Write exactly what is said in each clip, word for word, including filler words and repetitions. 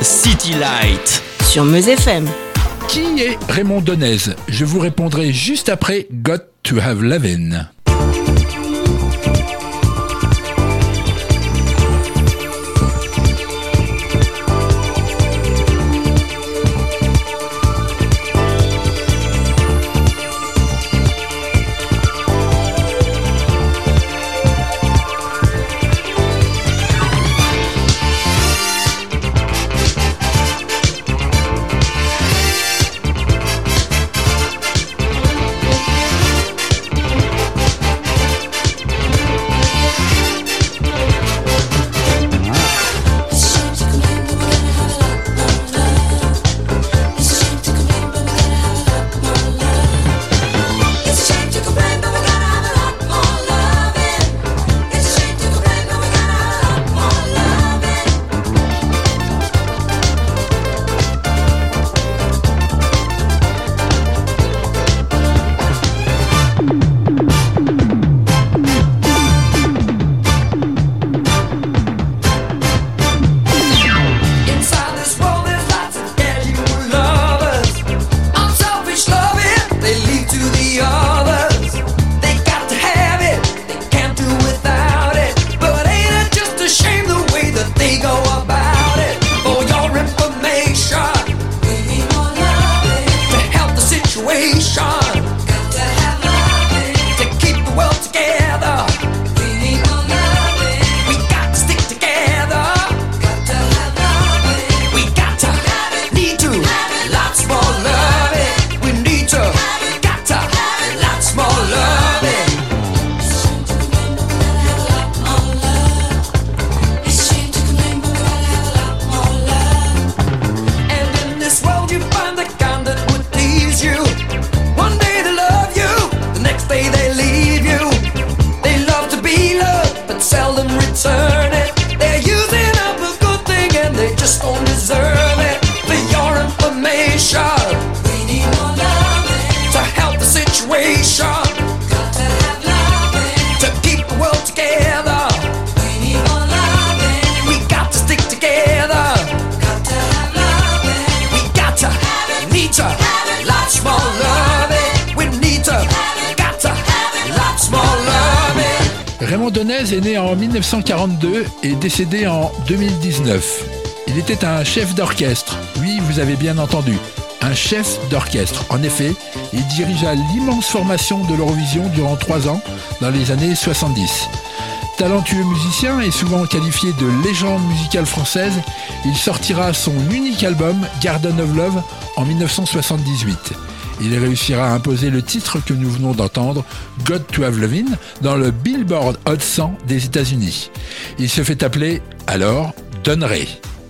City Light sur Meuse F M. Qui est Raymond Donez? Je vous répondrai juste après Got to Have Lovin'. Raymond Donez est né en dix-neuf cent quarante-deux et décédé en deux mille dix-neuf. Il était un chef d'orchestre. Oui, vous avez bien entendu, un chef d'orchestre. En effet, il dirigea l'immense formation de l'Eurovision durant trois ans dans les années soixante-dix. Talentueux musicien et souvent qualifié de légende musicale française, il sortira son unique album Garden of Love en dix-neuf cent soixante-dix-huit. Il réussira à imposer le titre que nous venons d'entendre, Got to Have Lovin', dans le Billboard Hot cent des États-Unis. Il se fait appeler alors Don Ray.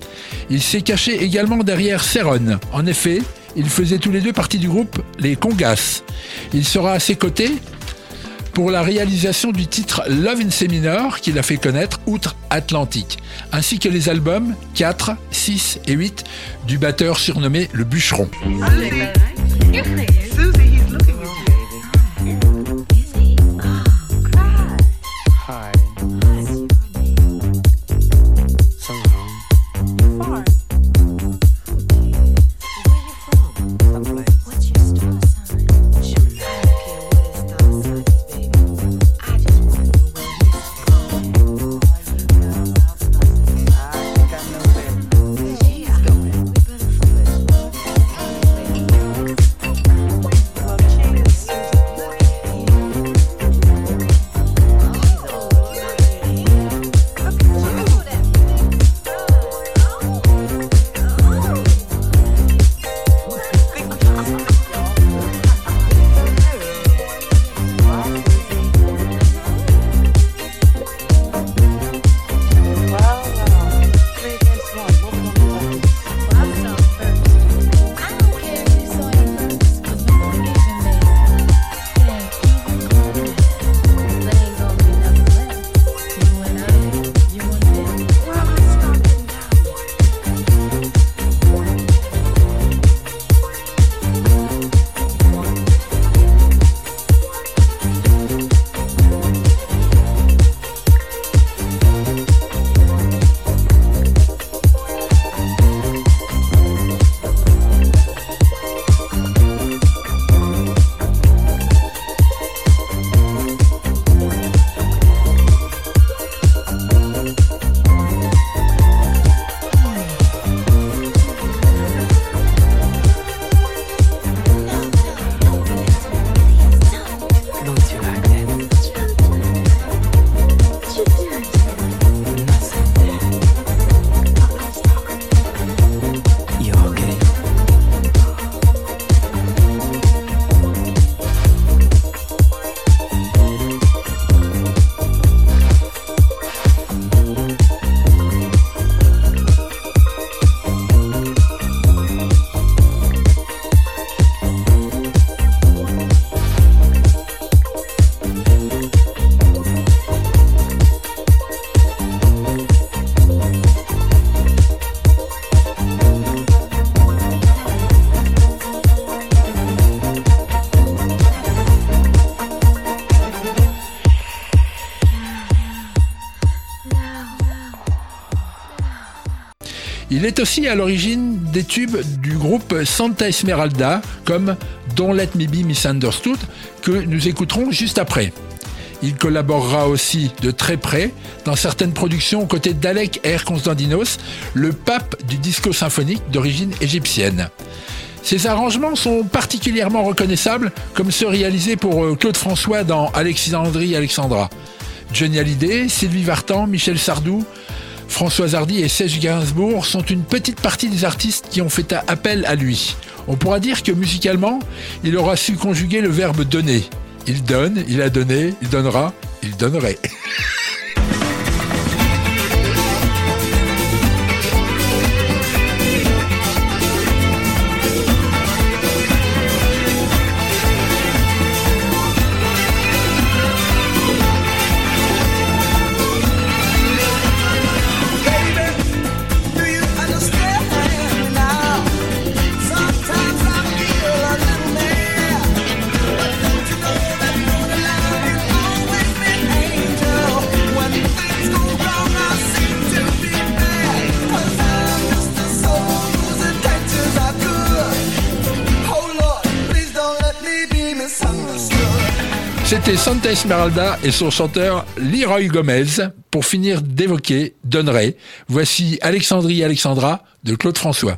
Il s'est caché également derrière Cerrone. En effet, ils faisaient tous les deux partie du groupe Les Congas. Il sera à ses côtés pour la réalisation du titre Love in C minor qu'il a fait connaître outre-Atlantique, ainsi que les albums quatre, six et huit du batteur surnommé Le Bûcheron. Susie, he's looking at you. Is he? Oh, God. Hi. What's your name? So long. Far. Okay. Where you from? Someplace. What's your star sign? Gemini. I don't care what his star sign is, baby. I just want to know where he's from. Oh, you know about nothing. I think I know where he's going. We better flip. Il est aussi à l'origine des tubes du groupe Santa Esmeralda, comme Don't Let Me Be Misunderstood, que nous écouterons juste après. Il collaborera aussi de très près dans certaines productions aux côtés d'Alec R. Konstantinos, le pape du disco symphonique d'origine égyptienne. Ses arrangements sont particulièrement reconnaissables, comme ceux réalisés pour Claude François dans Alexandrie Alexandra. Johnny Hallyday, Sylvie Vartan, Michel Sardou, Françoise Hardy et Serge Gainsbourg sont une petite partie des artistes qui ont fait appel à lui. On pourra dire que musicalement, il aura su conjuguer le verbe donner. Il donne, il a donné, il donnera, il donnerait. C'était Santa Esmeralda et son chanteur Leroy Gomez pour finir d'évoquer Donneray. Voici Alexandrie Alexandra de Claude François.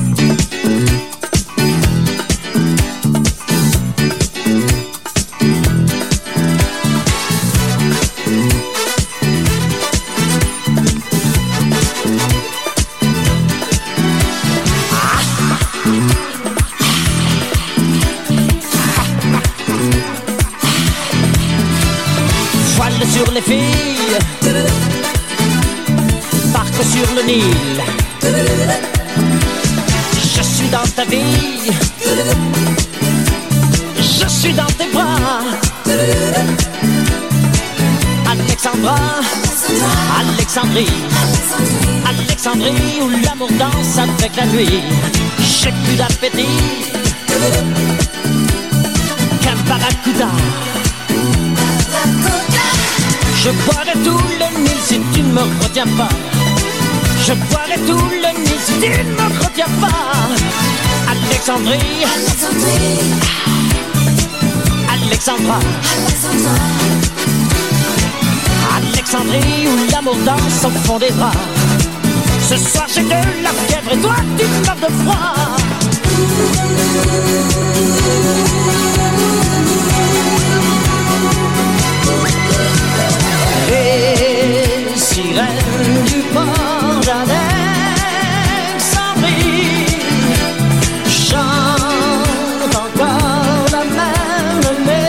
Sur les filles, parc sur le Nil. Je suis dans ta vie, je suis dans tes bras. Alexandra, Alexandrie, Alexandrie où l'amour danse avec la nuit. J'ai plus d'appétit qu'un barracuda. Je boirai tout le Nil si tu ne me retiens pas. Je boirai tout le Nil si tu ne me retiens pas. Alexandrie, Alexandrie, Alexandra, Alexandrie où l'amour danse au fond des bras. Ce soir j'ai de la fièvre et toi tu meurs de froid. Les sirènes du port d'Alexandrie chantent encore la même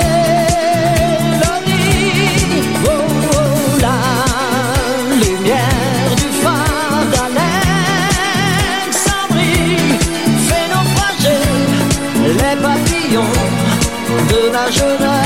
mélodie. Oh, oh, la lumière du phare d'Alexandrie fait naufrager les papillons de la jeunesse.